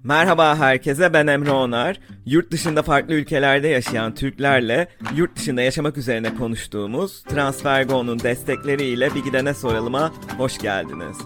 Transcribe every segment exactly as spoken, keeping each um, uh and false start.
Merhaba herkese, ben Emre Onar. Yurt dışında farklı ülkelerde yaşayan Türklerle yurt dışında yaşamak üzerine konuştuğumuz TransferGo'nun destekleriyle Bir Gidene Soralım'a hoş geldiniz.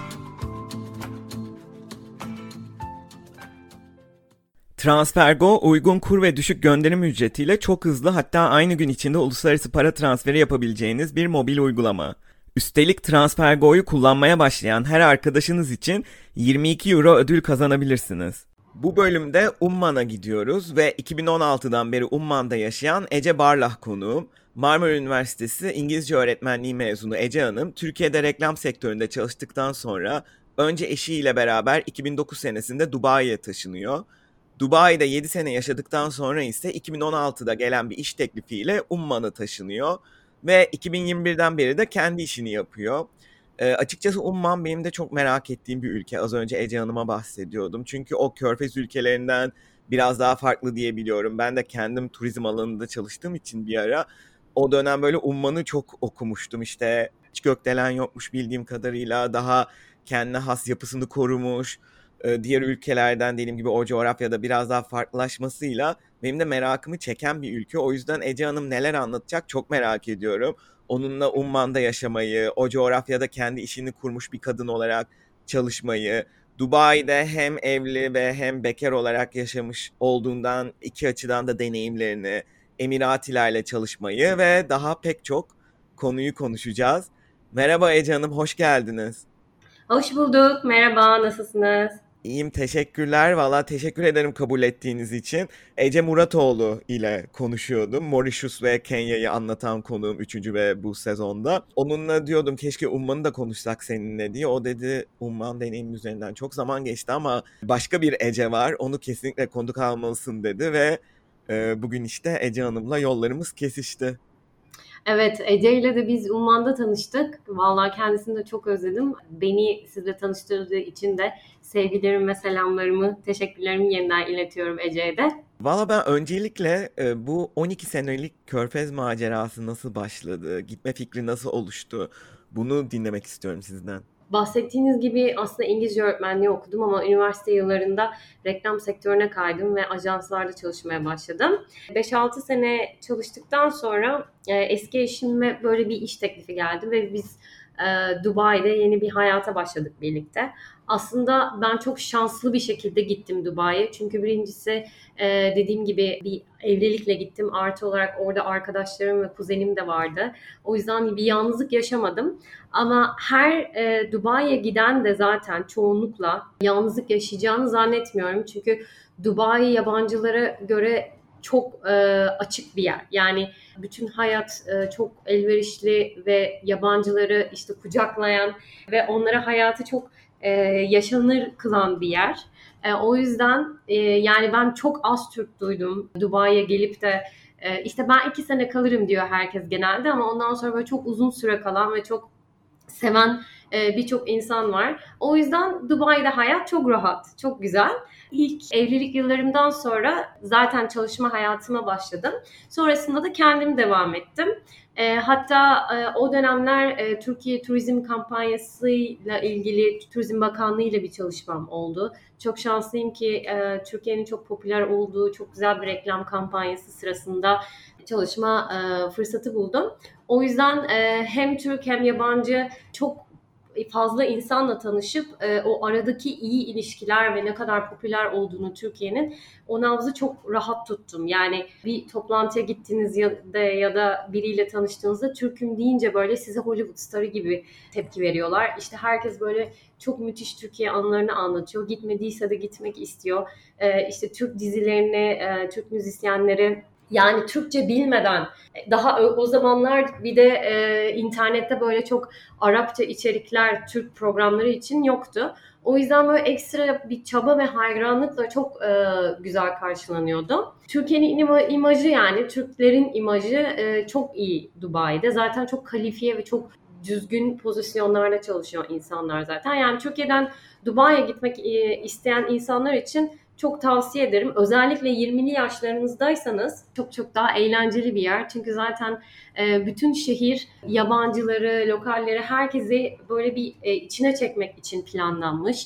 TransferGo, uygun kur ve düşük gönderim ücretiyle çok hızlı, hatta aynı gün içinde uluslararası para transferi yapabileceğiniz bir mobil uygulama. Üstelik TransferGo'yu kullanmaya başlayan her arkadaşınız için yirmi iki euro ödül kazanabilirsiniz. Bu bölümde Umman'a gidiyoruz ve iki bin on altıdan beri Umman'da yaşayan Ece Barlah konuğum. Marmara Üniversitesi İngilizce Öğretmenliği mezunu Ece Hanım, Türkiye'de reklam sektöründe çalıştıktan sonra önce eşiyle beraber iki bin dokuz senesinde Dubai'ye taşınıyor. Dubai'de yedi sene yaşadıktan sonra ise iki bin on altıda gelen bir iş teklifiyle Umman'a taşınıyor. Ve iki bin yirmi birden beri de kendi işini yapıyor. E, açıkçası Umman benim de çok merak ettiğim bir ülke. Az önce Ece Hanım'a bahsediyordum. Çünkü o Körfez ülkelerinden biraz daha farklı diye biliyorum. Ben de kendim turizm alanında çalıştığım için bir ara o dönem böyle Umman'ı çok okumuştum. İşte hiç gökdelen yokmuş bildiğim kadarıyla, daha kendine has yapısını korumuş. E, diğer ülkelerden dediğim gibi o coğrafyada biraz daha farklılaşmasıyla benim de merakımı çeken bir ülke. O yüzden Ece Hanım neler anlatacak çok merak ediyorum. Onunla Umman'da yaşamayı, o coğrafyada kendi işini kurmuş bir kadın olarak çalışmayı, Dubai'de hem evli ve hem bekar olarak yaşamış olduğundan iki açıdan da deneyimlerini, Emiratilerle çalışmayı ve daha pek çok konuyu konuşacağız. Merhaba Ece Hanım, hoş geldiniz. Hoş bulduk. Merhaba, nasılsınız? İyiyim, teşekkürler. Valla teşekkür ederim kabul ettiğiniz için. Ece Muratoğlu ile konuşuyordum. Mauritius ve Kenya'yı anlatan konuğum üçüncü ve bu sezonda. Onunla diyordum keşke Umman'ı da konuşsak seninle diye. O dedi Umman deneyim üzerinden çok zaman geçti ama başka bir Ece var. Onu kesinlikle konuk almalısın dedi ve e, bugün işte Ece Hanım'la yollarımız kesişti. Evet, Ece ile de biz Umman'da tanıştık. Vallahi kendisini de çok özledim. Beni sizle tanıştırdığı için de sevgilerimi ve selamlarımı, teşekkürlerimi yeniden iletiyorum Ece'ye de. Valla ben öncelikle e, bu on iki senelik Körfez macerası nasıl başladı? Gitme fikri nasıl oluştu? Bunu dinlemek istiyorum sizden. Bahsettiğiniz gibi aslında İngilizce öğretmenliği okudum ama üniversite yıllarında reklam sektörüne kaydım ve ajanslarda çalışmaya başladım. beş altı sene çalıştıktan sonra e, eski eşime böyle bir iş teklifi geldi ve biz e, Dubai'de yeni bir hayata başladık birlikte. Aslında ben çok şanslı bir şekilde gittim Dubai'ye. Çünkü birincisi e, dediğim gibi bir evlilikle gittim. Artı olarak orada arkadaşlarım ve kuzenim de vardı. O yüzden bir yalnızlık yaşamadım. Ama her e, Dubai'ye giden de zaten çoğunlukla yalnızlık yaşayacağını zannetmiyorum. Çünkü Dubai yabancılara göre çok e, açık bir yer. Yani bütün hayat e, çok elverişli ve yabancıları işte kucaklayan ve onlara hayatı çok e, yaşanır kılan bir yer. E, o yüzden e, yani ben çok az Türk duydum Dubai'ye gelip de e, işte ben iki sene kalırım diyor herkes genelde ama ondan sonra böyle çok uzun süre kalan ve çok seven e, birçok insan var. O yüzden Dubai'de hayat çok rahat, çok güzel. İlk evlilik yıllarımdan sonra zaten çalışma hayatıma başladım. Sonrasında da kendim devam ettim. E, hatta e, o dönemler e, Türkiye Turizm Kampanyası'yla ilgili Turizm Bakanlığı ile bir çalışmam oldu. Çok şanslıyım ki e, Türkiye'nin çok popüler olduğu çok güzel bir reklam kampanyası sırasında çalışma e, fırsatı buldum. O yüzden e, hem Türk hem yabancı çok fazla insanla tanışıp e, o aradaki iyi ilişkiler ve ne kadar popüler olduğunu Türkiye'nin o nabzı çok rahat tuttum. Yani bir toplantıya gittiğiniz ya da, ya da biriyle tanıştığınızda Türk'üm deyince böyle size Hollywood starı gibi tepki veriyorlar. İşte herkes böyle çok müthiş Türkiye anılarını anlatıyor. Gitmediyse de gitmek istiyor. E, işte Türk dizilerini, e, Türk müzisyenleri yani Türkçe bilmeden daha o zamanlar bir de e, internette böyle çok Arapça içerikler Türk programları için yoktu. O yüzden böyle ekstra bir çaba ve hayranlıkla çok e, güzel karşılanıyordu. Türkiye'nin ima- imajı yani Türklerin imajı e, çok iyi Dubai'de. Zaten çok kalifiye ve çok düzgün pozisyonlarda çalışıyor insanlar zaten. Yani Türkiye'den Dubai'ye gitmek e, isteyen insanlar için çok tavsiye ederim. Özellikle yirmili yaşlarınızdaysanız çok çok daha eğlenceli bir yer. Çünkü zaten e, bütün şehir yabancıları, lokalleri, herkesi böyle bir e, içine çekmek için planlanmış.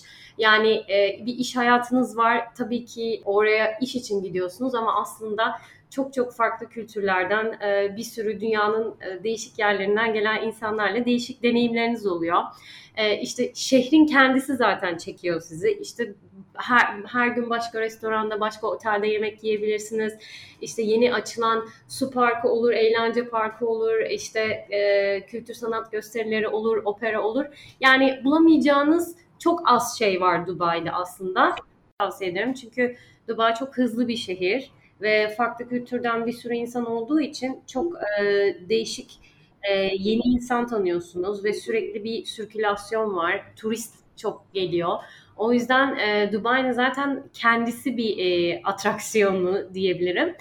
Yani e, bir iş hayatınız var. Tabii ki oraya iş için gidiyorsunuz ama aslında çok çok farklı kültürlerden, e, bir sürü dünyanın e, değişik yerlerinden gelen insanlarla değişik deneyimleriniz oluyor. E, işte şehrin kendisi zaten çekiyor sizi. İşte her, her gün başka restoranda, başka otelde yemek yiyebilirsiniz. İşte yeni açılan su parkı olur, eğlence parkı olur, işte e, kültür sanat gösterileri olur, opera olur. Yani bulamayacağınız çok az şey var Dubai'de aslında. Tavsiye ederim çünkü Dubai çok hızlı bir şehir ve farklı kültürden bir sürü insan olduğu için çok e, değişik e, yeni insan tanıyorsunuz ve sürekli bir sirkülasyon var. Turist çok geliyor. O yüzden e, Dubai'nin zaten kendisi bir e, atraksiyonu diyebilirim.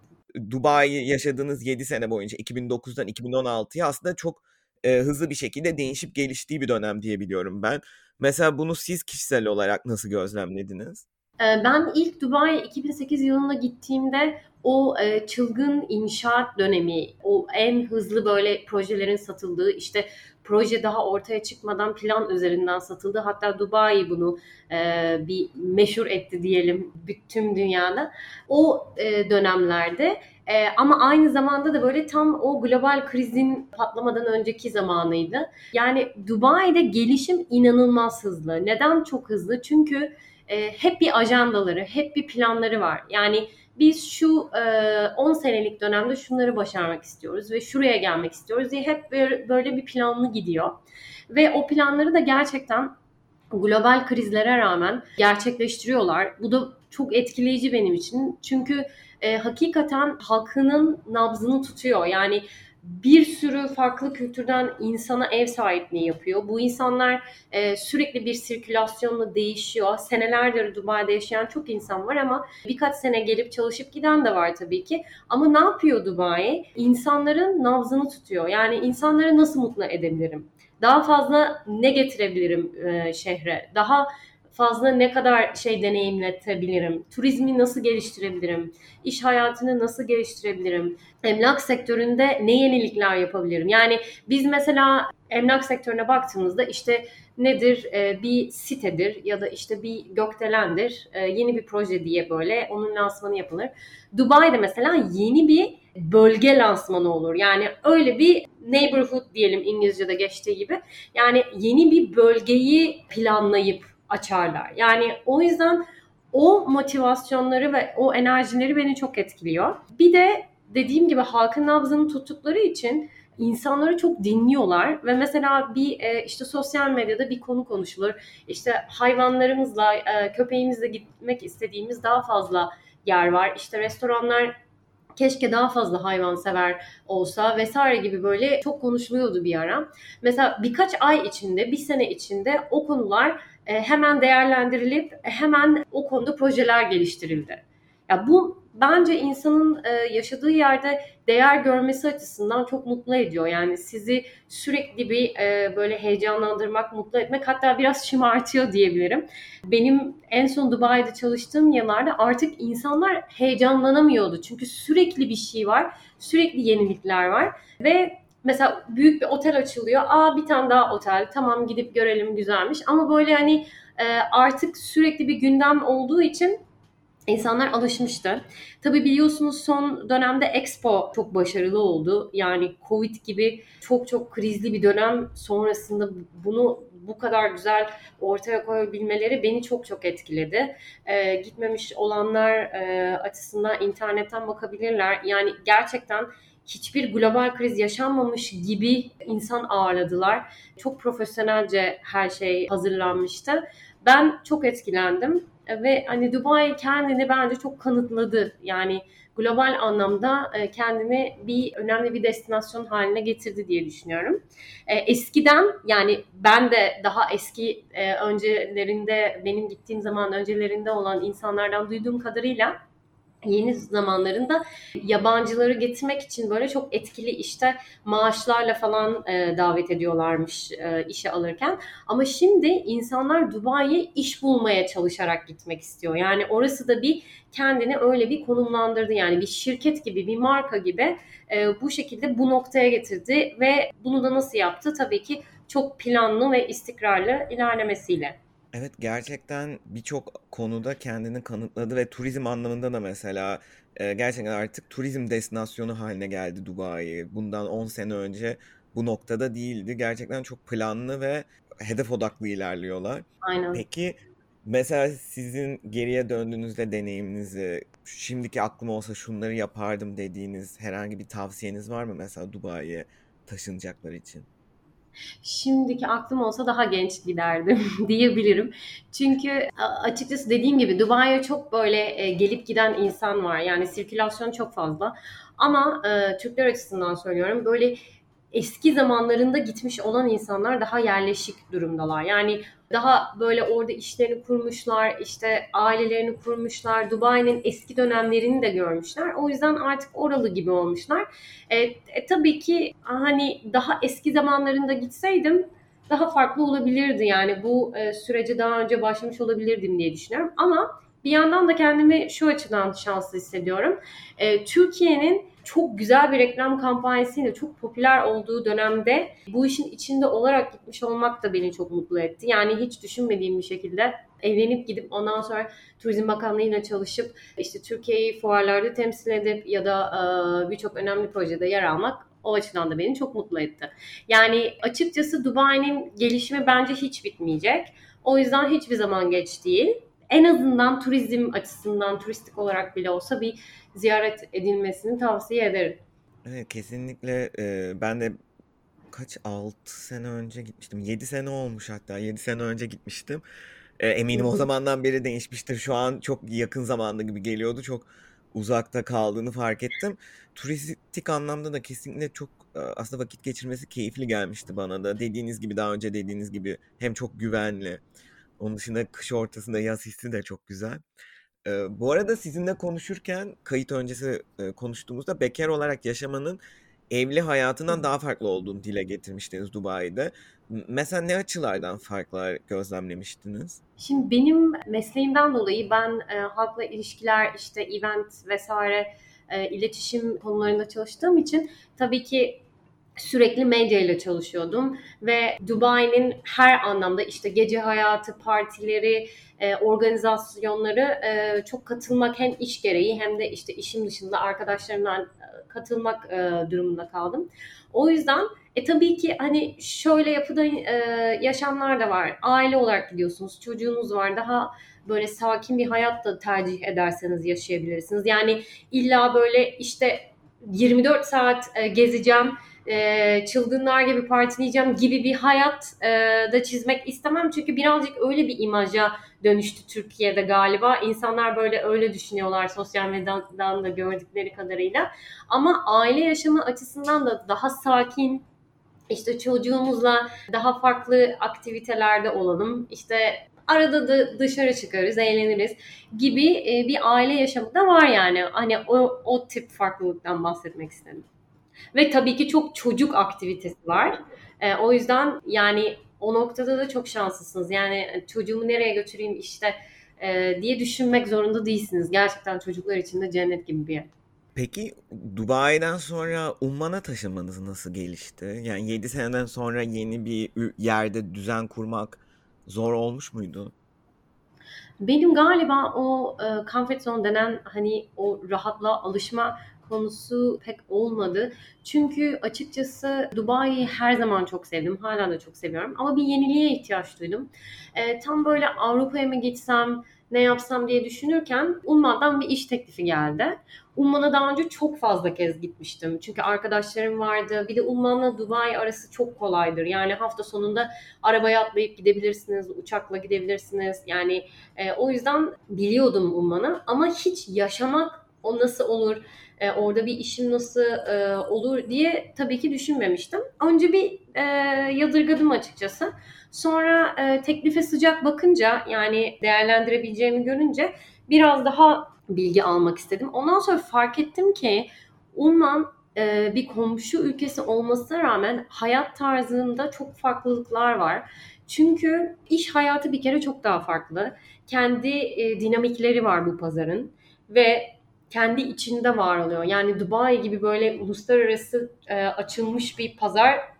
Dubai yaşadığınız yedi sene boyunca iki bin dokuzdan iki bin on altıya aslında çok e, hızlı bir şekilde değişip geliştiği bir dönem diye biliyorum ben. Mesela bunu siz kişisel olarak nasıl gözlemlediniz? Ee, Ben ilk Dubai'ye iki bin sekiz yılında gittiğimde o e, çılgın inşaat dönemi, o en hızlı böyle projelerin satıldığı, işte proje daha ortaya çıkmadan plan üzerinden satıldı. Hatta Dubai bunu e, bir meşhur etti diyelim bütün dünyada. O e, dönemlerde e, ama aynı zamanda da böyle tam o global krizin patlamadan önceki zamanıydı. Yani Dubai'de gelişim inanılmaz hızlı. Neden çok hızlı? Çünkü e, hep bir ajandaları, hep bir planları var. Yani biz şu e, on senelik dönemde şunları başarmak istiyoruz ve şuraya gelmek istiyoruz diye hep böyle, böyle bir planlı gidiyor. Ve o planları da gerçekten global krizlere rağmen gerçekleştiriyorlar. Bu da çok etkileyici benim için. Çünkü e, hakikaten halkının nabzını tutuyor. Yani bir sürü farklı kültürden insana ev sahipliği yapıyor. Bu insanlar e, sürekli bir sirkülasyonla değişiyor. Senelerdir Dubai'de yaşayan çok insan var ama birkaç sene gelip çalışıp giden de var tabii ki. Ama ne yapıyor Dubai? İnsanların nabzını tutuyor. Yani insanları nasıl mutlu edebilirim? Daha fazla ne getirebilirim e, şehre? Daha fazla ne kadar şey deneyimletebilirim? Turizmi nasıl geliştirebilirim? İş hayatını nasıl geliştirebilirim? Emlak sektöründe ne yenilikler yapabilirim? Yani biz mesela emlak sektörüne baktığımızda işte nedir? E, bir sitedir ya da işte bir gökdelendir. E, yeni bir proje diye böyle onun lansmanı yapılır. Dubai'de mesela yeni bir bölge lansmanı olur. Yani öyle bir neighborhood diyelim İngilizce'de geçtiği gibi. Yani yeni bir bölgeyi planlayıp açarlar. Yani o yüzden o motivasyonları ve o enerjileri beni çok etkiliyor. Bir de dediğim gibi halkın nabzını tuttukları için insanları çok dinliyorlar ve mesela bir e, işte sosyal medyada bir konu konuşulur. İşte hayvanlarımızla, e, köpeğimizle gitmek istediğimiz daha fazla yer var. İşte restoranlar keşke daha fazla hayvansever olsa vesaire gibi böyle çok konuşuluyordu bir ara. Mesela birkaç ay içinde, bir sene içinde o konular e, hemen değerlendirilip hemen o konuda projeler geliştirildi. Ya bu bence insanın e, yaşadığı yerde değer görmesi açısından çok mutlu ediyor. Yani sizi sürekli bir e, böyle heyecanlandırmak, mutlu etmek hatta biraz şımartıyor diyebilirim. Benim en son Dubai'de çalıştığım yıllarda artık insanlar heyecanlanamıyordu. Çünkü sürekli bir şey var, sürekli yenilikler var ve mesela büyük bir otel açılıyor. Aa bir tane daha otel. Tamam gidip görelim güzelmiş. Ama böyle hani e, artık sürekli bir gündem olduğu için İnsanlar alışmıştı. Tabii biliyorsunuz son dönemde Expo çok başarılı oldu. Yani Covid gibi çok çok krizli bir dönem sonrasında bunu bu kadar güzel ortaya koyabilmeleri beni çok çok etkiledi. Ee, gitmemiş olanlar e, açısından internetten bakabilirler. Yani gerçekten hiçbir global kriz yaşanmamış gibi insan ağırladılar. Çok profesyonelce her şey hazırlanmıştı. Ben çok etkilendim ve hani Dubai kendini bence çok kanıtladı. Yani global anlamda e, kendini bir önemli bir destinasyon haline getirdi diye düşünüyorum. E, eskiden yani ben de daha eski e, öncelerinde benim gittiğim zaman öncelerinde olan insanlardan duyduğum kadarıyla yeni zamanlarında yabancıları getirmek için böyle çok etkili işte maaşlarla falan e, davet ediyorlarmış e, işe alırken. Ama şimdi insanlar Dubai'ye iş bulmaya çalışarak gitmek istiyor. Yani orası da bir kendini öyle bir konumlandırdı. Yani bir şirket gibi, bir marka gibi e, bu şekilde bu noktaya getirdi ve bunu da nasıl yaptı? Tabii ki çok planlı ve istikrarlı ilerlemesiyle. Evet, gerçekten birçok konuda kendini kanıtladı ve turizm anlamında da mesela e, gerçekten artık turizm destinasyonu haline geldi Dubai. Bundan on sene önce bu noktada değildi. Gerçekten çok planlı ve hedef odaklı ilerliyorlar. Aynen. Peki mesela sizin geriye döndüğünüzde deneyiminizi, şimdiki aklım olsa şunları yapardım dediğiniz herhangi bir tavsiyeniz var mı mesela Dubai'ye taşınacaklar için? Şimdiki aklım olsa daha genç giderdim diyebilirim. Çünkü açıkçası dediğim gibi Dubai'ye çok böyle e, gelip giden insan var. Yani sirkülasyon çok fazla. Ama e, Türkler açısından söylüyorum. Böyle eski zamanlarında gitmiş olan insanlar daha yerleşik durumdalar. Yani daha böyle orada işlerini kurmuşlar, işte ailelerini kurmuşlar, Dubai'nin eski dönemlerini de görmüşler. O yüzden artık oralı gibi olmuşlar. E, e, tabii ki hani daha eski zamanlarında gitseydim daha farklı olabilirdi. Yani bu e, sürece daha önce başlamış olabilirdim diye düşünüyorum. Ama bir yandan da kendimi şu açıdan şanslı hissediyorum. E, Türkiye'nin çok güzel bir reklam kampanyasıyla çok popüler olduğu dönemde bu işin içinde olarak gitmiş olmak da beni çok mutlu etti. Yani hiç düşünmediğim bir şekilde evlenip gidip ondan sonra Turizm Bakanlığı'yla çalışıp işte Türkiye'yi fuarlarda temsil edip ya da e, birçok önemli projede yer almak o açıdan da beni çok mutlu etti. Yani açıkçası Dubai'nin gelişimi bence hiç bitmeyecek. O yüzden hiçbir zaman geç değil. En azından turizm açısından turistik olarak bile olsa bir ziyaret edilmesini tavsiye ederim. Evet, kesinlikle e, ben de kaç altı sene önce gitmiştim. Yedi sene olmuş hatta. Yedi sene önce gitmiştim. E, eminim o zamandan beri değişmiştir. Şu an çok yakın zamanda gibi geliyordu. Çok uzakta kaldığını fark ettim. Turistik anlamda da kesinlikle çok e, aslında vakit geçirmesi keyifli gelmişti bana da. Dediğiniz gibi daha önce dediğiniz gibi hem çok güvenli. Onun dışında kış ortasında yaz hissi de çok güzel. E, bu arada sizinle konuşurken kayıt öncesi e, konuştuğumuzda bekar olarak yaşamanın evli hayatından daha farklı olduğunu dile getirmiştiniz Dubai'de. M- Mesela ne açılardan farklar gözlemlemiştiniz? Şimdi benim mesleğimden dolayı ben e, halkla ilişkiler, işte event vesaire e, iletişim konularında çalıştığım için tabii ki sürekli medya ile çalışıyordum ve Dubai'nin her anlamda işte gece hayatı, partileri, e, organizasyonları e, çok katılmak hem iş gereği hem de işte işim dışında arkadaşlarımdan e, katılmak e, durumunda kaldım. O yüzden e tabii ki hani şöyle yapıda e, yaşamlar da var. Aile olarak gidiyorsunuz, çocuğunuz var. Daha böyle sakin bir hayat da tercih ederseniz yaşayabilirsiniz. Yani illa böyle işte yirmi dört saat e, gezeceğim, e, çılgınlar gibi partileyeceğim gibi bir hayat e, da çizmek istemem. Çünkü birazcık öyle bir imaja dönüştü Türkiye'de galiba. İnsanlar böyle öyle düşünüyorlar sosyal medyadan da gördükleri kadarıyla. Ama aile yaşamı açısından da daha sakin, işte çocuğumuzla daha farklı aktivitelerde olalım. İşte arada da dışarı çıkarız, eğleniriz gibi e, bir aile yaşamı da var yani. Hani o, o tip farklılıktan bahsetmek istedim. Ve tabii ki çok çocuk aktivitesi var. E, o yüzden yani o noktada da çok şanslısınız. Yani çocuğumu nereye götüreyim işte e, diye düşünmek zorunda değilsiniz. Gerçekten çocuklar için de cennet gibi bir yer. Peki Dubai'den sonra Umman'a taşınmanız nasıl gelişti? Yani yedi seneden sonra yeni bir ü- yerde düzen kurmak zor olmuş muydu? Benim galiba o e, comfort zone denen hani o rahatlığa alışma konusu pek olmadı. Çünkü açıkçası Dubai'yi her zaman çok sevdim. Hala da çok seviyorum. Ama bir yeniliğe ihtiyaç duydum. E, tam böyle Avrupa'ya mı gitsem, ne yapsam diye düşünürken Umman'dan bir iş teklifi geldi. Umman'a daha önce çok fazla kez gitmiştim. Çünkü arkadaşlarım vardı. Bir de Umman'la Dubai arası çok kolaydır. Yani hafta sonunda arabaya atlayıp gidebilirsiniz, uçakla gidebilirsiniz. Yani e, o yüzden biliyordum Umman'ı ama hiç yaşamak o nasıl olur, e, orada bir işim nasıl e, olur diye tabii ki düşünmemiştim. Önce bir e, yadırgadım açıkçası. Sonra e, teklife sıcak bakınca yani değerlendirebileceğimi görünce biraz daha bilgi almak istedim. Ondan sonra fark ettim ki Umman e, bir komşu ülkesi olmasına rağmen hayat tarzında çok farklılıklar var. Çünkü iş hayatı bir kere çok daha farklı. Kendi e, dinamikleri var bu pazarın ve kendi içinde var oluyor. Yani Dubai gibi böyle uluslararası e, açılmış bir pazar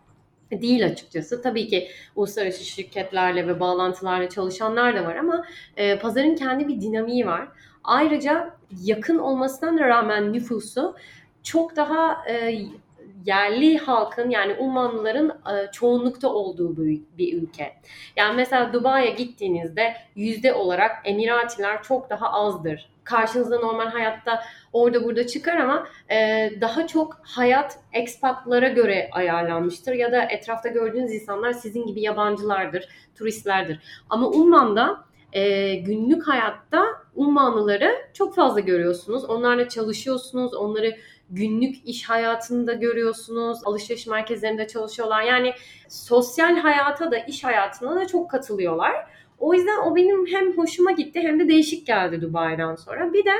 değil açıkçası. Tabii ki uluslararası şirketlerle ve bağlantılarla çalışanlar da var ama e, pazarın kendi bir dinamiği var. Ayrıca yakın olmasına rağmen nüfusu çok daha e, yerli halkın, yani Ummanlıların e, çoğunlukta olduğu bir, bir ülke. Yani mesela Dubai'ye gittiğinizde yüzde olarak Emiratiler çok daha azdır. Karşınızda normal hayatta orada burada çıkar ama e, daha çok hayat ekspatlara göre ayarlanmıştır ya da etrafta gördüğünüz insanlar sizin gibi yabancılardır, turistlerdir. Ama Umman'da e, günlük hayatta Ummanlıları çok fazla görüyorsunuz. Onlarla çalışıyorsunuz, onları günlük iş hayatında görüyorsunuz, alışveriş merkezlerinde çalışıyorlar. Yani sosyal hayata da iş hayatına da çok katılıyorlar. O yüzden o benim hem hoşuma gitti hem de değişik geldi Dubai'den sonra. Bir de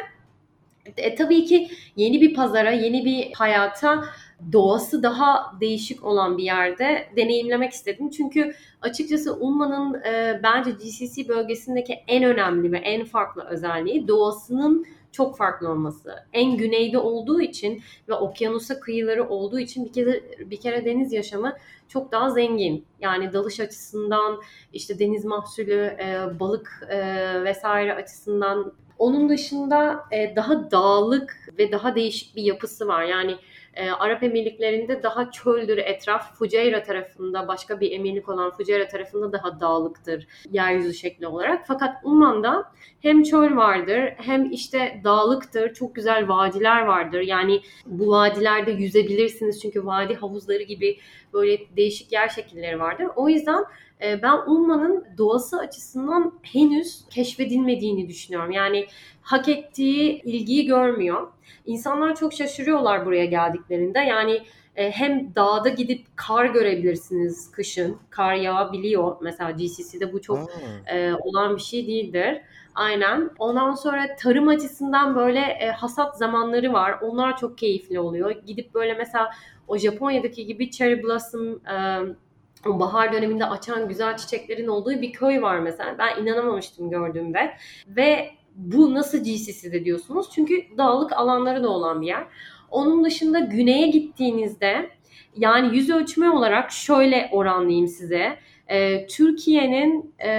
e, tabii ki yeni bir pazara, yeni bir hayata, doğası daha değişik olan bir yerde deneyimlemek istedim. Çünkü açıkçası Umman'ın e, bence G C C bölgesindeki en önemli ve en farklı özelliği doğasının çok farklı olması. En güneyde olduğu için ve okyanusa kıyıları olduğu için bir kere bir kere deniz yaşamı çok daha zengin. Yani dalış açısından, işte deniz mahsulü, e, balık e, vesaire açısından. Onun dışında e, daha dağlık ve daha değişik bir yapısı var. Yani e, Arap Emirlikleri'nde daha çöldür etraf. Fuceyra tarafında, başka bir emirlik olan Fuceyra tarafında daha dağlıktır yeryüzü şekli olarak. Fakat Umman'da hem çöl vardır hem işte dağlıktır. Çok güzel vadiler vardır. Yani bu vadilerde yüzebilirsiniz çünkü vadi havuzları gibi böyle değişik yer şekilleri vardır. O yüzden ben Umman'ın doğası açısından henüz keşfedilmediğini düşünüyorum. Yani hak ettiği ilgiyi görmüyor. İnsanlar çok şaşırıyorlar buraya geldiklerinde. Yani hem dağda gidip kar görebilirsiniz kışın. Kar yağabiliyor. Mesela G C C'de bu çok Aa. e, olan bir şey değildir. Aynen. Ondan sonra tarım açısından böyle e, hasat zamanları var. Onlar çok keyifli oluyor. Gidip böyle mesela o Japonya'daki gibi cherry blossom, e, o bahar döneminde açan güzel çiçeklerin olduğu bir köy var mesela. Ben inanamamıştım gördüğümde. Ve bu nasıl G C C'de diyorsunuz? Çünkü dağlık alanları da olan bir yer. Onun dışında güneye gittiğinizde, yani yüz ölçümü olarak şöyle oranlayayım size. Ee, Türkiye'nin e,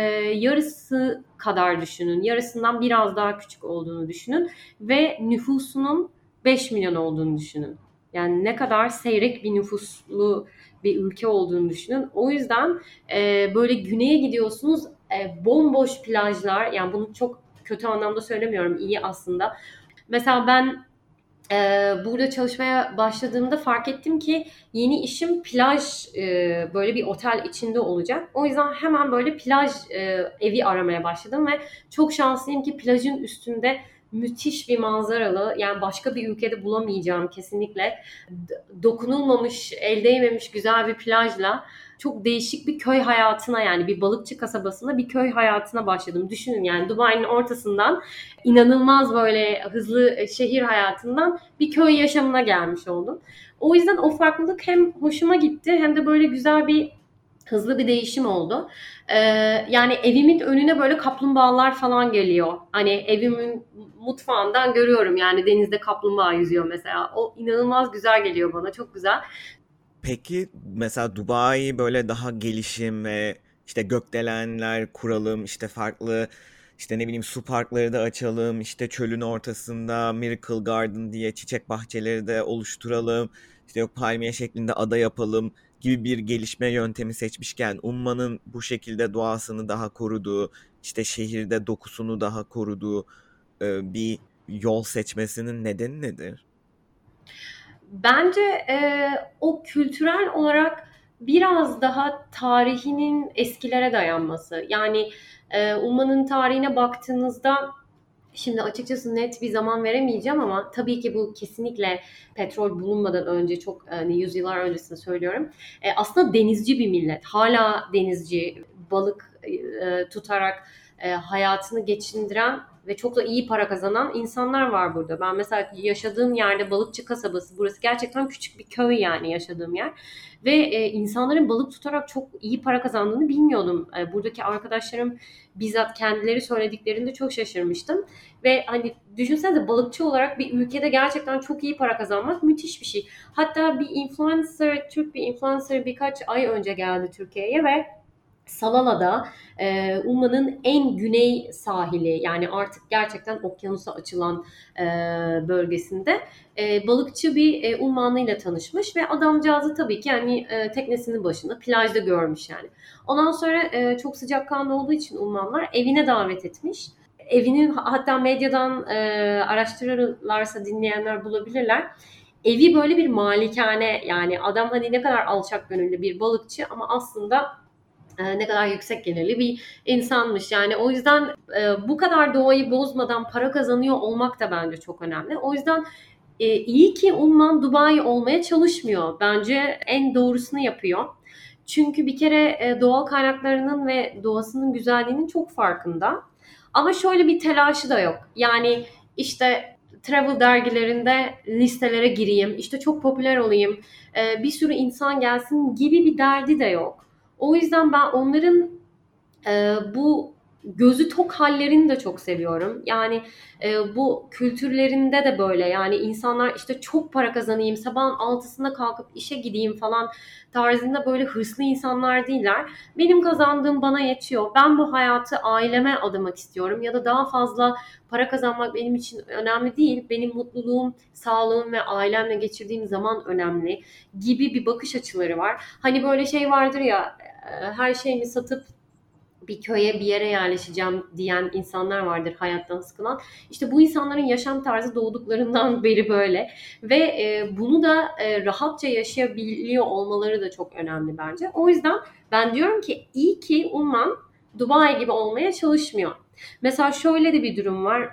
yarısı kadar düşünün. Yarısından biraz daha küçük olduğunu düşünün. Ve nüfusunun beş milyon olduğunu düşünün. Yani ne kadar seyrek bir nüfuslu bir ülke olduğunu düşünün. O yüzden e, böyle güneye gidiyorsunuz, e, bomboş plajlar, yani bunu çok kötü anlamda söylemiyorum, iyi aslında. Mesela ben e, burada çalışmaya başladığımda fark ettim ki yeni işim plaj, e, böyle bir otel içinde olacak. O yüzden hemen böyle plaj e, evi aramaya başladım ve çok şanslıyım ki plajın üstünde müthiş bir manzaralı, yani başka bir ülkede bulamayacağım kesinlikle, dokunulmamış, el değmemiş güzel bir plajla çok değişik bir köy hayatına, yani bir balıkçı kasabasında bir köy hayatına başladım. Düşünün, yani Dubai'nin ortasından inanılmaz böyle hızlı şehir hayatından bir köy yaşamına gelmiş oldum. O yüzden o farklılık hem hoşuma gitti hem de böyle güzel bir hızlı bir değişim oldu. Ee, yani evimin önüne böyle kaplumbağalar falan geliyor. Hani evimin mutfağından görüyorum, yani denizde kaplumbağa yüzüyor mesela. O inanılmaz güzel geliyor bana, çok güzel. Peki mesela Dubai böyle daha gelişim ve işte gökdelenler kuralım, işte farklı, işte ne bileyim su parkları da açalım, işte çölün ortasında Miracle Garden diye çiçek bahçeleri de oluşturalım, işte yok palmiye şeklinde ada yapalım gibi bir gelişme yöntemi seçmişken Umman'ın bu şekilde doğasını daha koruduğu, işte şehirde dokusunu daha koruduğu e, bir yol seçmesinin nedeni nedir? Bence e, o kültürel olarak biraz daha tarihinin eskilere dayanması. Yani e, Umman'ın tarihine baktığınızda, şimdi açıkçası net bir zaman veremeyeceğim ama tabii ki bu kesinlikle petrol bulunmadan önce, çok hani yüzyıllar öncesini söylüyorum. E, aslında denizci bir millet. Hala denizci, balık e, tutarak e, hayatını geçindiren ve çok da iyi para kazanan insanlar var burada. Ben mesela yaşadığım yerde balıkçı kasabası, burası gerçekten küçük bir köy yani yaşadığım yer. Ve e, insanların balık tutarak çok iyi para kazandığını bilmiyordum. E, buradaki arkadaşlarım bizzat kendileri söylediklerinde çok şaşırmıştım. Ve hani düşünsenize balıkçı olarak bir ülkede gerçekten çok iyi para kazanmak müthiş bir şey. Hatta bir influencer, Türk bir influencer birkaç ay önce geldi Türkiye'ye ve Salala'da e, Umman'ın en güney sahili yani artık gerçekten okyanusa açılan e, bölgesinde e, balıkçı bir e, Ummanlıyla tanışmış ve adamcağızı tabii ki yani e, teknesinin başında plajda görmüş yani. Ondan sonra e, çok sıcakkanlı olduğu için Ummanlar evine davet etmiş. Evinin hatta medyadan e, araştırırlarsa dinleyenler bulabilirler. Evi böyle bir malikane yani adam hani ne kadar alçak gönüllü bir balıkçı ama aslında e, ne kadar yüksek gelirli bir insanmış. Yani o yüzden e, bu kadar doğayı bozmadan para kazanıyor olmak da bence çok önemli. O yüzden e, iyi ki Umman Dubai olmaya çalışmıyor. Bence en doğrusunu yapıyor. Çünkü bir kere e, doğal kaynaklarının ve doğasının güzelliğinin çok farkında. Ama şöyle bir telaşı da yok. Yani işte travel dergilerinde listelere gireyim, işte çok popüler olayım, e, bir sürü insan gelsin gibi bir derdi de yok. O yüzden ben onların e, bu gözü tok hallerini de çok seviyorum. Yani e, bu kültürlerinde de böyle yani insanlar işte çok para kazanayım, sabahın altısında kalkıp işe gideyim falan tarzında böyle hırslı insanlar değiller. Benim kazandığım bana yetiyor. Ben bu hayatı aileme adamak istiyorum ya da daha fazla para kazanmak benim için önemli değil. Benim mutluluğum, sağlığım ve ailemle geçirdiğim zaman önemli gibi bir bakış açıları var. Hani böyle şey vardır ya her şeyimi satıp bir köye bir yere yerleşeceğim diyen insanlar vardır hayattan sıkılan. İşte bu insanların yaşam tarzı doğduklarından beri böyle ve e, bunu da e, rahatça yaşayabiliyor olmaları da çok önemli bence. O yüzden ben diyorum ki iyi ki Umman Dubai gibi olmaya çalışmıyor. Mesela şöyle de bir durum var.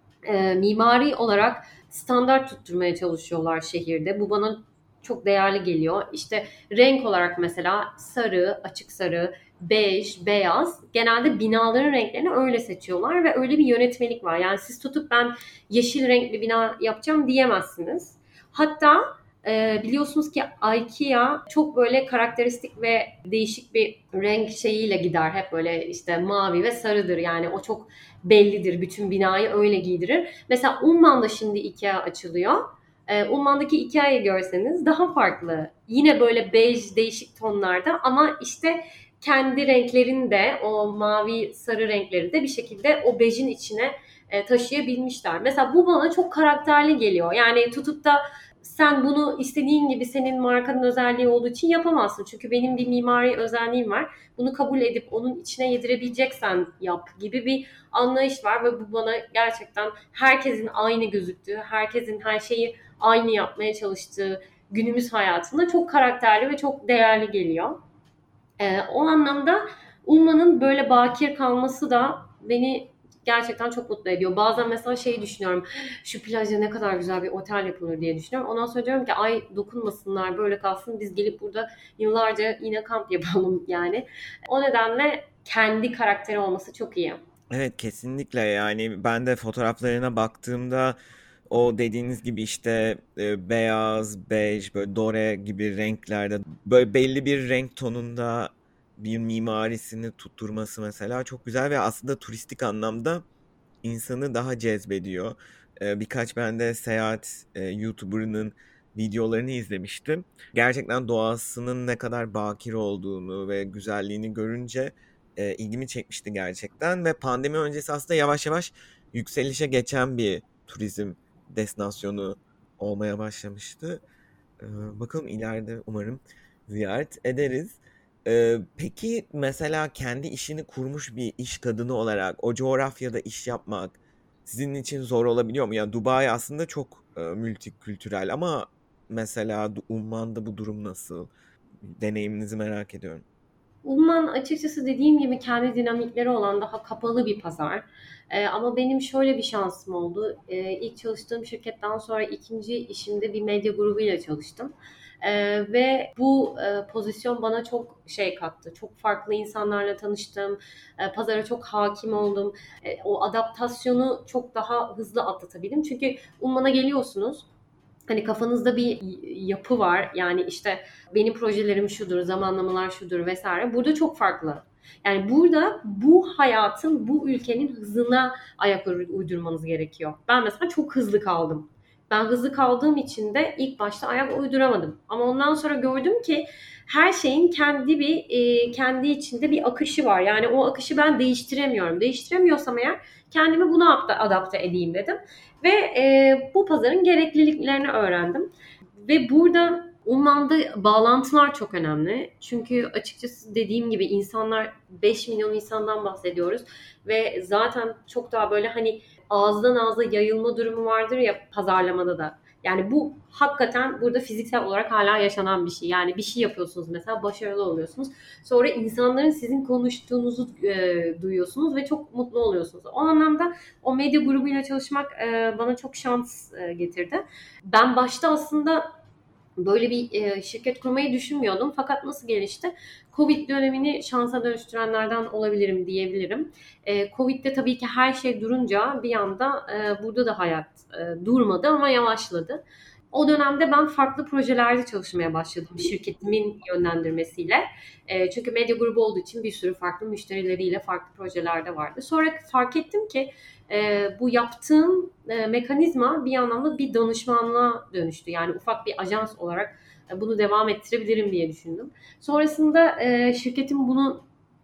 E, mimari olarak standart tutturmaya çalışıyorlar şehirde. Bu bana çok değerli geliyor. İşte renk olarak mesela sarı, açık sarı, bej, beyaz. Genelde binaların renklerini öyle seçiyorlar ve öyle bir yönetmelik var. Yani siz tutup ben yeşil renkli bina yapacağım diyemezsiniz. Hatta e, biliyorsunuz ki IKEA çok böyle karakteristik ve değişik bir renk şeyiyle gider. Hep böyle işte mavi ve sarıdır. Yani o çok bellidir. Bütün binayı öyle giydirir. Mesela Umman'da şimdi IKEA açılıyor. E, Umman'daki Ikea'yı görseniz daha farklı. Yine böyle bej değişik tonlarda ama işte kendi renklerini de o mavi sarı renkleri de bir şekilde o bejin içine e, taşıyabilmişler. Mesela bu bana çok karakterli geliyor. Yani tutup da sen bunu istediğin gibi senin markanın özelliği olduğu için yapamazsın. Çünkü benim bir mimari özelliğim var. Bunu kabul edip onun içine yedirebileceksen yap gibi bir anlayış var ve bu bana gerçekten herkesin aynı gözüktüğü, herkesin her şeyi aynı yapmaya çalıştığı günümüz hayatında çok karakterli ve çok değerli geliyor. Ee, o anlamda Umman'ın böyle bakir kalması da beni gerçekten çok mutlu ediyor. Bazen mesela şeyi düşünüyorum. Şu plajda ne kadar güzel bir otel yapılır diye düşünüyorum. Ondan sonra diyorum ki ay dokunmasınlar böyle kalsın. Biz gelip burada yıllarca yine kamp yapalım yani. O nedenle kendi karakteri olması çok iyi. Evet, kesinlikle. Yani ben de fotoğraflarına baktığımda o dediğiniz gibi işte e, beyaz, bej, böyle dore gibi renklerde böyle belli bir renk tonunda bir mimarisini tutturması mesela çok güzel ve aslında turistik anlamda insanı daha cezbediyor. E, birkaç ben de seyahat e, YouTuber'ının videolarını izlemiştim. Gerçekten doğasının ne kadar bakir olduğunu ve güzelliğini görünce e, ilgimi çekmişti gerçekten ve pandemi öncesi aslında yavaş yavaş yükselişe geçen bir turizm destinasyonu olmaya başlamıştı. Ee, bakalım ileride umarım ziyaret ederiz. Ee, peki mesela kendi işini kurmuş bir iş kadını olarak o coğrafyada iş yapmak sizin için zor olabiliyor mu? Yani Dubai aslında çok e, multikültürel ama mesela Du- Umman'da bu durum nasıl? Deneyiminizi merak ediyorum. Umman açıkçası dediğim gibi kendi dinamikleri olan daha kapalı bir pazar. Ee, ama benim şöyle bir şansım oldu. Ee, ilk çalıştığım şirketten sonra ikinci işimde bir medya grubuyla çalıştım. Ee, ve bu e, pozisyon bana çok şey kattı. Çok farklı insanlarla tanıştım. E, pazara çok hakim oldum. E, o adaptasyonu çok daha hızlı atlatabildim. Çünkü Umman'a geliyorsunuz. Hani kafanızda bir yapı var. Yani işte benim projelerim şudur, zamanlamalar şudur vesaire. Burada çok farklı. Yani burada bu hayatın, bu ülkenin hızına ayak uydurmanız gerekiyor. Ben mesela çok hızlı kaldım. Ben hızlı kaldığım için de ilk başta ayak uyduramadım. Ama ondan sonra gördüm ki her şeyin kendi bir e, kendi içinde bir akışı var. Yani o akışı ben değiştiremiyorum. Değiştiremiyorsam eğer kendimi buna adapte edeyim dedim. Ve e, bu pazarın gerekliliklerini öğrendim. Ve burada Umman'da bağlantılar çok önemli. Çünkü açıkçası dediğim gibi insanlar beş milyon insandan bahsediyoruz. Ve zaten çok daha böyle hani ağızdan ağza yayılma durumu vardır ya pazarlamada da. Yani bu hakikaten burada fiziksel olarak hala yaşanan bir şey. Yani bir şey yapıyorsunuz mesela başarılı oluyorsunuz. Sonra insanların sizin konuştuğunuzu e, duyuyorsunuz ve çok mutlu oluyorsunuz. O anlamda o medya grubuyla çalışmak e, bana çok şans e, getirdi. Ben başta aslında böyle bir e, şirket kurmayı düşünmüyordum. Fakat nasıl gelişti? Covid dönemini şansa dönüştürenlerden olabilirim diyebilirim. E, Covid'de tabii ki her şey durunca bir anda e, burada da hayat e, durmadı ama yavaşladı. O dönemde ben farklı projelerde çalışmaya başladım şirketimin yönlendirmesiyle. E, çünkü medya grubu olduğu için bir sürü farklı müşterileriyle farklı projelerde vardı. Sonra fark ettim ki e, bu yaptığım e, mekanizma bir anlamda bir danışmanlığa dönüştü. Yani ufak bir ajans olarak e, bunu devam ettirebilirim diye düşündüm. Sonrasında e, şirketim bunu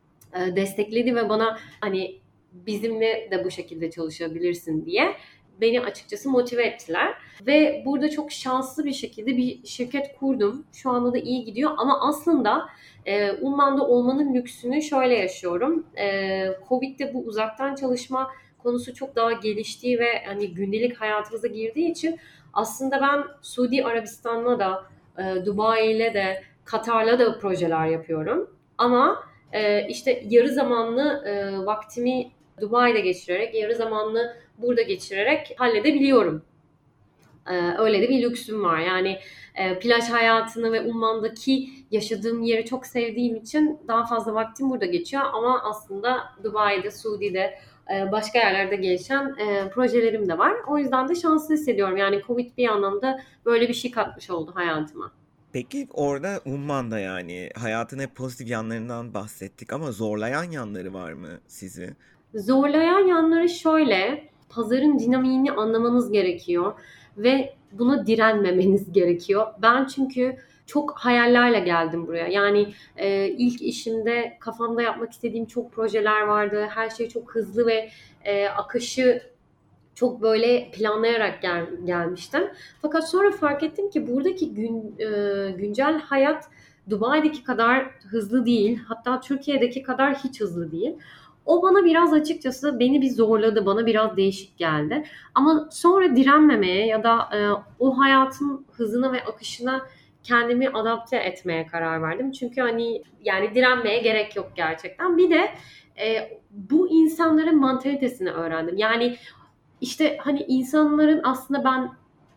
e, destekledi ve bana hani bizimle de bu şekilde çalışabilirsin diye beni açıkçası motive ettiler. Ve burada çok şanslı bir şekilde bir şirket kurdum. Şu anda da iyi gidiyor ama aslında e, Umman'da olmanın lüksünü şöyle yaşıyorum. E, Covid'de bu uzaktan çalışma konusu çok daha geliştiği ve hani gündelik hayatımıza girdiği için aslında ben Suudi Arabistan'la da e, Dubai'yle de Katar'la da projeler yapıyorum. Ama e, işte yarı zamanlı e, vaktimi Dubai'de geçirerek, yarı zamanlı burada geçirerek halledebiliyorum. Ee, öyle de bir lüksüm var. Yani e, plaj hayatını ve Umman'daki yaşadığım yeri çok sevdiğim için daha fazla vaktim burada geçiyor. Ama aslında Dubai'de, Suudi'de, e, başka yerlerde gelişen e, projelerim de var. O yüzden de şanslı hissediyorum. Yani Covid bir anlamda böyle bir şey katmış oldu hayatıma. Peki orada Umman'da yani hayatın hep pozitif yanlarından bahsettik ama zorlayan yanları var mı sizi? Zorlayan yanları şöyle, pazarın dinamiğini anlamanız gerekiyor ve buna direnmemeniz gerekiyor. Ben çünkü çok hayallerle geldim buraya. Yani e, ilk işimde kafamda yapmak istediğim çok projeler vardı. Her şey çok hızlı ve e, akışı çok böyle planlayarak gel, gelmiştim. Fakat sonra fark ettim ki buradaki gün, e, güncel hayat Dubai'deki kadar hızlı değil. Hatta Türkiye'deki kadar hiç hızlı değil. O bana biraz açıkçası beni bir zorladı. Bana biraz değişik geldi. Ama sonra direnmemeye ya da e, o hayatın hızına ve akışına kendimi adapte etmeye karar verdim. Çünkü hani yani direnmeye gerek yok gerçekten. Bir de e, bu insanların mantalitesini öğrendim. Yani işte hani insanların aslında ben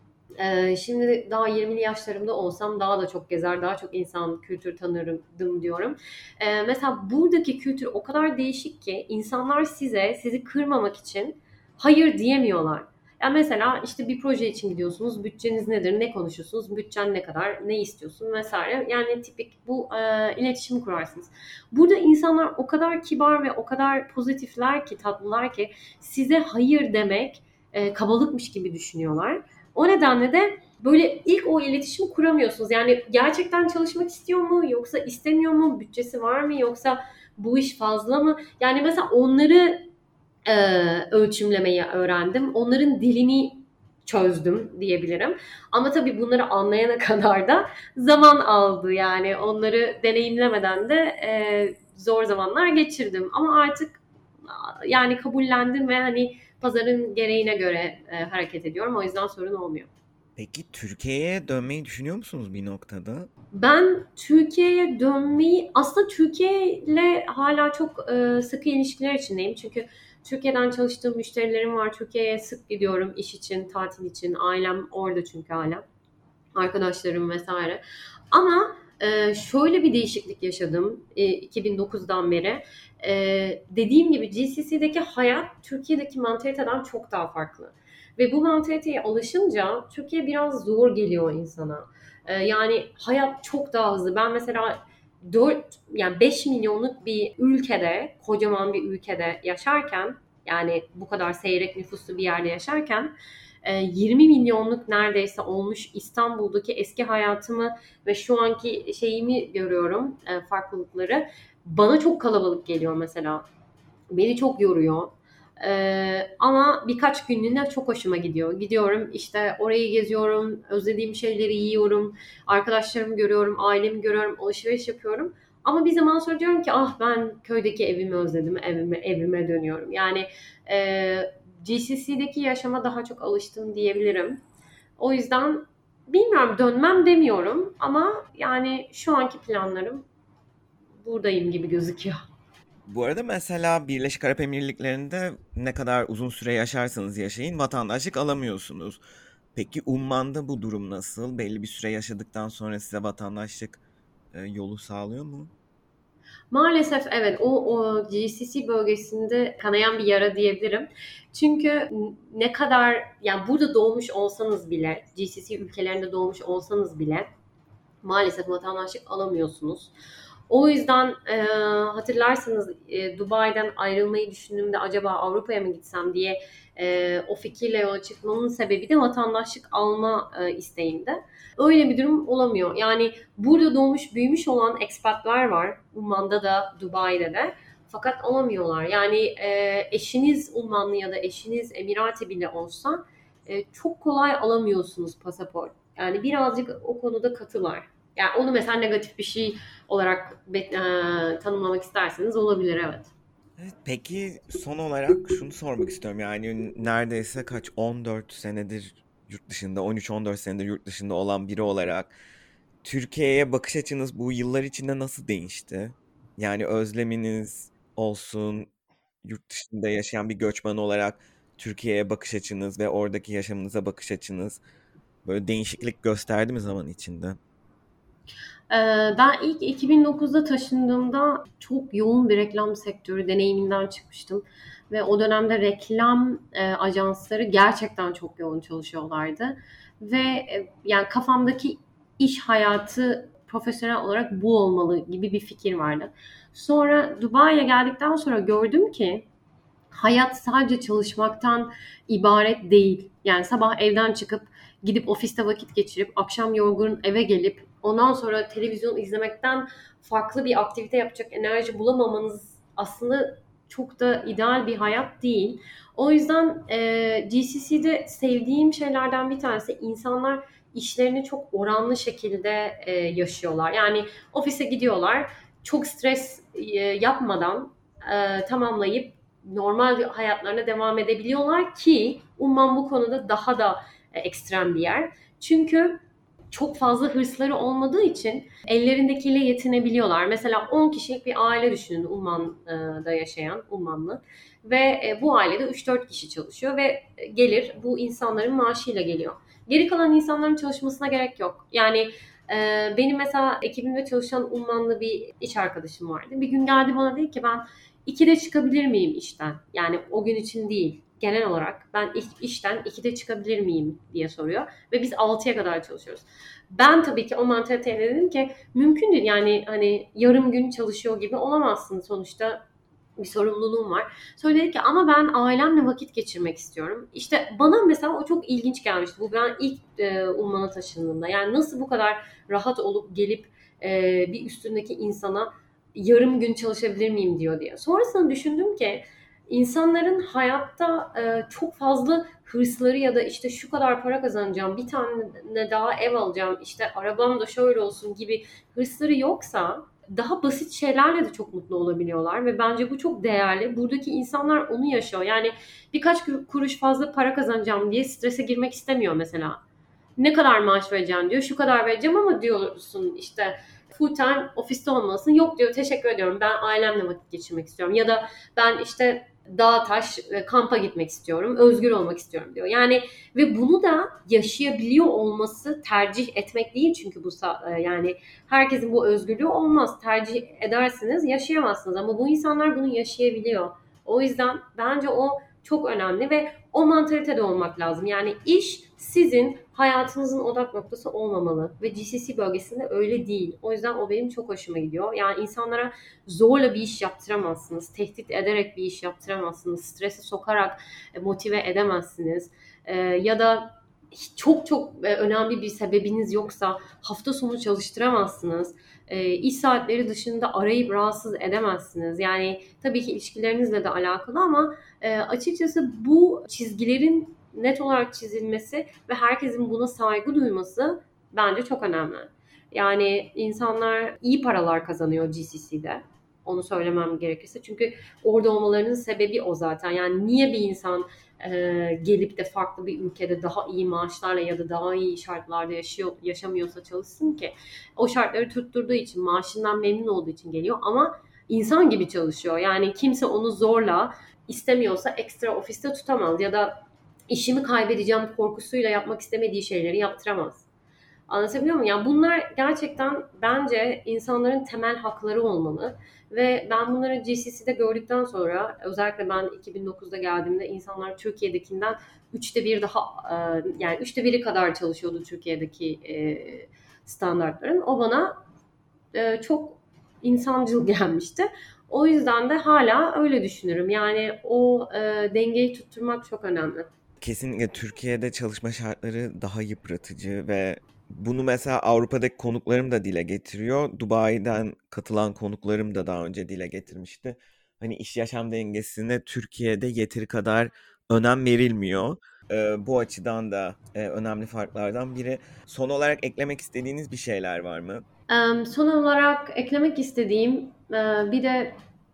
e, şimdi daha yirmili yaşlarımda olsam daha da çok gezer, daha çok insan kültür tanırdım diyorum. E, mesela buradaki kültür o kadar değişik ki insanlar size, sizi kırmamak için hayır diyemiyorlar. Yani mesela işte bir proje için gidiyorsunuz, bütçeniz nedir, ne konuşuyorsunuz, bütçen ne kadar, ne istiyorsun vesaire. Yani tipik bu e, iletişimi kurarsınız. Burada insanlar o kadar kibar ve o kadar pozitifler ki, tatlılar ki size hayır demek e, kabalıkmış gibi düşünüyorlar. O nedenle de böyle ilk o iletişimi kuramıyorsunuz. Yani gerçekten çalışmak istiyor mu yoksa istemiyor mu? Bütçesi var mı yoksa bu iş fazla mı? Yani mesela onları e, ölçümlemeyi öğrendim. Onların dilini çözdüm diyebilirim. Ama tabii bunları anlayana kadar da zaman aldı. Yani onları deneyimlemeden de e, zor zamanlar geçirdim. Ama artık yani kabullendim ve hani pazarın gereğine göre e, hareket ediyorum. O yüzden sorun olmuyor. Peki Türkiye'ye dönmeyi düşünüyor musunuz bir noktada? Ben Türkiye'ye dönmeyi aslında Türkiye ile hala çok e, sıkı ilişkiler içindeyim. Çünkü Türkiye'den çalıştığım müşterilerim var. Türkiye'ye sık gidiyorum iş için, tatil için. Ailem orada çünkü hala. arkadaşlarım vesaire. Ama e, şöyle bir değişiklik yaşadım e, iki bin dokuzdan beri. E, dediğim gibi G C C'deki hayat Türkiye'deki mantaliteden çok daha farklı. Ve bu mantaliteye alışınca Türkiye biraz zor geliyor insana. E, yani hayat çok daha hızlı. Ben mesela dört yani beş milyonluk bir ülkede, kocaman bir ülkede yaşarken, yani bu kadar seyrek nüfuslu bir yerde yaşarken yirmi milyonluk neredeyse olmuş İstanbul'daki eski hayatımı ve şu anki şeyimi görüyorum, farklılıkları. Bana çok kalabalık geliyor mesela. Beni çok yoruyor. Ee, ama birkaç günlüğüne çok hoşuma gidiyor. Gidiyorum işte, orayı geziyorum, özlediğim şeyleri yiyorum, arkadaşlarımı görüyorum, ailemi görüyorum, alışveriş yapıyorum. Ama bir zaman sonra diyorum ki ah, ben köydeki evimi özledim, evime, evime dönüyorum. Yani e, G C C'deki yaşama daha çok alıştım diyebilirim. O yüzden bilmiyorum, dönmem demiyorum ama yani şu anki planlarım buradayım gibi gözüküyor. Bu arada mesela Birleşik Arap Emirlikleri'nde ne kadar uzun süre yaşarsanız yaşayın vatandaşlık alamıyorsunuz. Peki Umman'da bu durum nasıl? Belli bir süre yaşadıktan sonra size vatandaşlık e, yolu sağlıyor mu? Maalesef evet, o, o G C C bölgesinde kanayan bir yara diyebilirim. Çünkü ne kadar yani burada doğmuş olsanız bile, G C C ülkelerinde doğmuş olsanız bile maalesef vatandaşlık alamıyorsunuz. O yüzden e, hatırlarsanız e, Dubai'den ayrılmayı düşündüğümde acaba Avrupa'ya mı gitsem diye e, o fikirle yola çıkmamın sebebi de vatandaşlık alma e, isteğimde. Öyle bir durum olamıyor. Yani burada doğmuş büyümüş olan expatlar var. Umman'da da Dubai'de de. Fakat alamıyorlar. Yani e, eşiniz Ummanlı ya da eşiniz Emirati bile olsa e, çok kolay alamıyorsunuz pasaport. Yani birazcık o konuda katılar. Yani onu mesela negatif bir şey olarak be- e, tanımlamak isterseniz olabilir, evet. Evet, peki son olarak şunu sormak istiyorum. Yani neredeyse kaç on dört senedir yurt dışında, on üç on dört senedir yurt dışında olan biri olarak Türkiye'ye bakış açınız bu yıllar içinde nasıl değişti? Yani özleminiz olsun, yurt dışında yaşayan bir göçmen olarak Türkiye'ye bakış açınız ve oradaki yaşamınıza bakış açınız böyle değişiklik gösterdi mi zaman içinde? Ee, ben ilk iki bin dokuzda taşındığımda çok yoğun bir reklam sektörü deneyiminden çıkmıştım. Ve o dönemde reklam e, ajansları gerçekten çok yoğun çalışıyorlardı. Ve e, yani kafamdaki iş hayatı profesyonel olarak bu olmalı gibi bir fikir vardı. Sonra Dubai'ye geldikten sonra gördüm ki hayat sadece çalışmaktan ibaret değil. Yani sabah evden çıkıp gidip ofiste vakit geçirip akşam yorgun eve gelip ondan sonra televizyon izlemekten farklı bir aktivite yapacak enerji bulamamanız aslında çok da ideal bir hayat değil. O yüzden e, G C C'de sevdiğim şeylerden bir tanesi, insanlar işlerini çok oranlı şekilde e, yaşıyorlar. Yani ofise gidiyorlar, çok stres e, yapmadan e, tamamlayıp normal hayatlarına devam edebiliyorlar ki Umman bu konuda daha da e, ekstrem bir yer. Çünkü çok fazla hırsları olmadığı için ellerindekiyle yetinebiliyorlar. Mesela on kişilik bir aile düşünün, Umman'da yaşayan Ummanlı, ve e, bu ailede üç dört kişi çalışıyor ve gelir bu insanların maaşıyla geliyor. Geri kalan insanların çalışmasına gerek yok. Yani e, benim mesela ekibimde çalışan Ummanlı bir iş arkadaşım vardı. Bir gün geldi bana, dedi ki ben ikide çıkabilir miyim işten? Yani o gün için değil, genel olarak ben işten ikide çıkabilir miyim diye soruyor. Ve biz altıya kadar çalışıyoruz. Ben tabii ki o mantaliteye dedim ki mümkün değil. Yani hani yarım gün çalışıyor gibi olamazsın, sonuçta bir sorumluluğum var. Söyledi ki ama ben ailemle vakit geçirmek istiyorum. İşte bana mesela o çok ilginç gelmişti. Bu ben ilk e, Umman'a taşındığımda. Yani nasıl bu kadar rahat olup gelip e, bir üstündeki insana yarım gün çalışabilir miyim diyor diye. Sonrasında düşündüm ki insanların hayatta e, çok fazla hırsları ya da işte şu kadar para kazanacağım, bir tane daha ev alacağım, işte arabam da şöyle olsun gibi hırsları yoksa daha basit şeylerle de çok mutlu olabiliyorlar ve bence bu çok değerli. Buradaki insanlar onu yaşıyor. Yani birkaç kuruş fazla para kazanacağım diye strese girmek istemiyor mesela. Ne kadar maaş vereceğim diyor. Şu kadar vereceğim ama diyorsun işte full time ofiste olmalısın. Yok diyor, teşekkür ediyorum. Ben ailemle vakit geçirmek istiyorum. Ya da ben işte dağ taş e, kampa gitmek istiyorum, özgür olmak istiyorum diyor. Yani ve bunu da yaşayabiliyor olması tercih etmek değil, çünkü bu e, yani herkesin bu özgürlüğü olmaz. Tercih edersiniz, yaşayamazsınız, ama bu insanlar bunu yaşayabiliyor. O yüzden bence o çok önemli ve o mantalitede olmak lazım. Yani iş sizin hayatınızın odak noktası olmamalı ve G C C bölgesinde öyle değil. O yüzden o benim çok hoşuma gidiyor. Yani insanlara zorla bir iş yaptıramazsınız. Tehdit ederek bir iş yaptıramazsınız. Strese sokarak motive edemezsiniz. Ee, ya da çok çok önemli bir sebebiniz yoksa hafta sonu çalıştıramazsınız. E, iş saatleri dışında arayıp rahatsız edemezsiniz. Yani tabii ki ilişkilerinizle de alakalı, ama e, açıkçası bu çizgilerin net olarak çizilmesi ve herkesin buna saygı duyması bence çok önemli. Yani insanlar iyi paralar kazanıyor G C C'de. Onu söylemem gerekirse. Çünkü orada olmalarının sebebi o zaten. Yani niye bir insan e, gelip de farklı bir ülkede daha iyi maaşlarla ya da daha iyi şartlarda yaşıyor, yaşamıyorsa çalışsın ki? O şartları tutturduğu için, maaşından memnun olduğu için geliyor, ama insan gibi çalışıyor. Yani kimse onu zorla, istemiyorsa ekstra ofiste tutamaz ya da işimi kaybedeceğim korkusuyla yapmak istemediği şeyleri yaptıramaz. Anlatabiliyor muyum? Yani bunlar gerçekten bence insanların temel hakları olmalı. Ve ben bunları G C C'de gördükten sonra, özellikle ben iki bin dokuzda geldiğimde insanlar Türkiye'dekinden üçte bir daha e, yani üçte biri kadar çalışıyordu Türkiye'deki e, standartların. O bana e, çok insancıl gelmişti. O yüzden de hala öyle düşünürüm. Yani o e, dengeyi tutturmak çok önemli. Kesinlikle Türkiye'de çalışma şartları daha yıpratıcı ve bunu mesela Avrupa'daki konuklarım da dile getiriyor. Dubai'den katılan konuklarım da daha önce dile getirmişti. Hani iş yaşam dengesine Türkiye'de yeteri kadar önem verilmiyor. Ee, bu açıdan da e, önemli farklardan biri. Son olarak eklemek istediğiniz bir şeyler var mı? E, son olarak eklemek istediğim e, bir de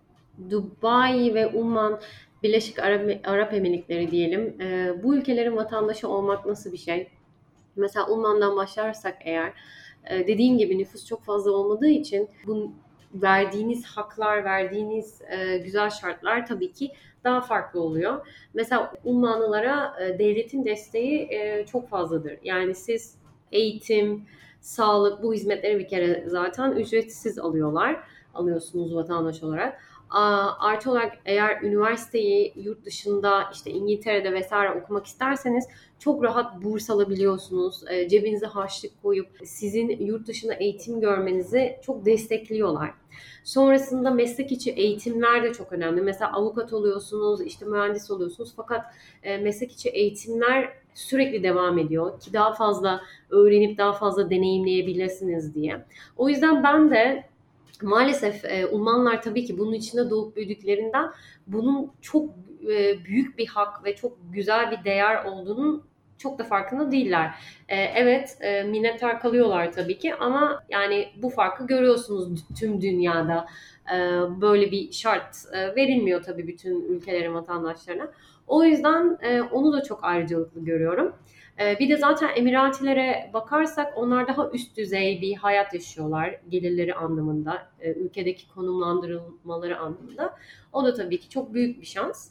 Dubai ve Umman, Birleşik Arap, Arap Emirlikleri diyelim. E, bu ülkelerin vatandaşı olmak nasıl bir şey? Mesela Umman'dan başlarsak eğer, e, dediğim gibi nüfus çok fazla olmadığı için bu verdiğiniz haklar, verdiğiniz e, güzel şartlar tabii ki daha farklı oluyor. Mesela Ummanlılara e, devletin desteği e, çok fazladır. Yani siz eğitim, sağlık, bu hizmetleri bir kere zaten ücretsiz alıyorlar. Alıyorsunuz vatandaş olarak. Artı olarak eğer üniversiteyi yurt dışında, işte İngiltere'de vesaire okumak isterseniz çok rahat burs alabiliyorsunuz. E, cebinize harçlık koyup sizin yurt dışında eğitim görmenizi çok destekliyorlar. Sonrasında meslek içi eğitimler de çok önemli. Mesela avukat oluyorsunuz, işte mühendis oluyorsunuz, fakat e, meslek içi eğitimler sürekli devam ediyor ki daha fazla öğrenip daha fazla deneyimleyebilirsiniz diye. O yüzden ben de maalesef e, Ummanlar tabii ki bunun içinde doğup büyüdüklerinden bunun çok e, büyük bir hak ve çok güzel bir değer olduğunun çok da farkında değiller. E, evet, e, minnettar kalıyorlar tabii ki, ama yani bu farkı görüyorsunuz tüm dünyada. E, böyle bir şart e, verilmiyor tabii bütün ülkelerin vatandaşlarına. O yüzden e, onu da çok ayrıcalıklı görüyorum. Ee, bir de zaten Emiratilere bakarsak onlar daha üst düzey bir hayat yaşıyorlar gelirleri anlamında, e, ülkedeki konumlandırılmaları anlamında. O da tabii ki çok büyük bir şans.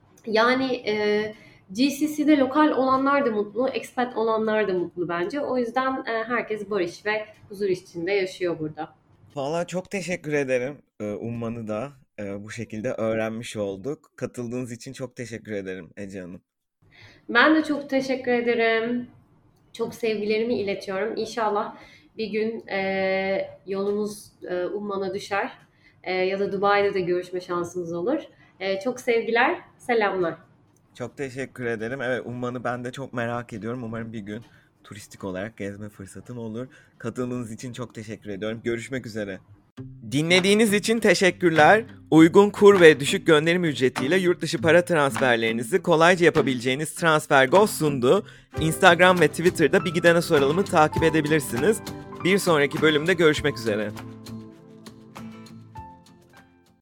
Yani e, G C C'de lokal olanlar da mutlu, expat olanlar da mutlu bence. O yüzden e, herkes barış ve huzur içinde yaşıyor burada. Valla çok teşekkür ederim. Ee, Umman'ı da e, bu şekilde öğrenmiş olduk. Katıldığınız için çok teşekkür ederim Ece Hanım. Ben de çok teşekkür ederim. Çok sevgilerimi iletiyorum. İnşallah bir gün e, yolumuz e, Umman'a düşer. E, ya da Dubai'de de görüşme şansımız olur. E, çok sevgiler, selamlar. Çok teşekkür ederim. Evet, Umman'ı ben de çok merak ediyorum. Umarım bir gün turistik olarak gezme fırsatım olur. Katıldığınız için çok teşekkür ediyorum. Görüşmek üzere. Dinlediğiniz için teşekkürler. Uygun kur ve düşük gönderim ücretiyle yurt dışı para transferlerinizi kolayca yapabileceğiniz TransferGo sundu. Instagram ve Twitter'da Bir Gidene Soralım'ı takip edebilirsiniz. Bir sonraki bölümde görüşmek üzere.